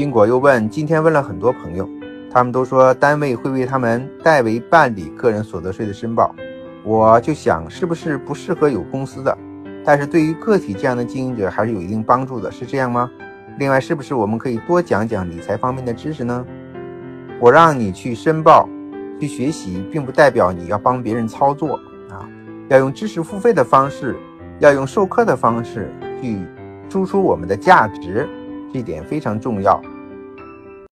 苹果又问，今天问了很多朋友，他们都说单位会为他们代为办理个人所得税的申报。我就想，是不是不适合有公司的，但是对于个体这样的经营者还是有一定帮助的，是这样吗？另外，是不是我们可以多讲讲理财方面的知识呢？我让你去申报去学习，并不代表你要帮别人操作要用知识付费的方式，要用授课的方式去输出我们的价值，这一点非常重要。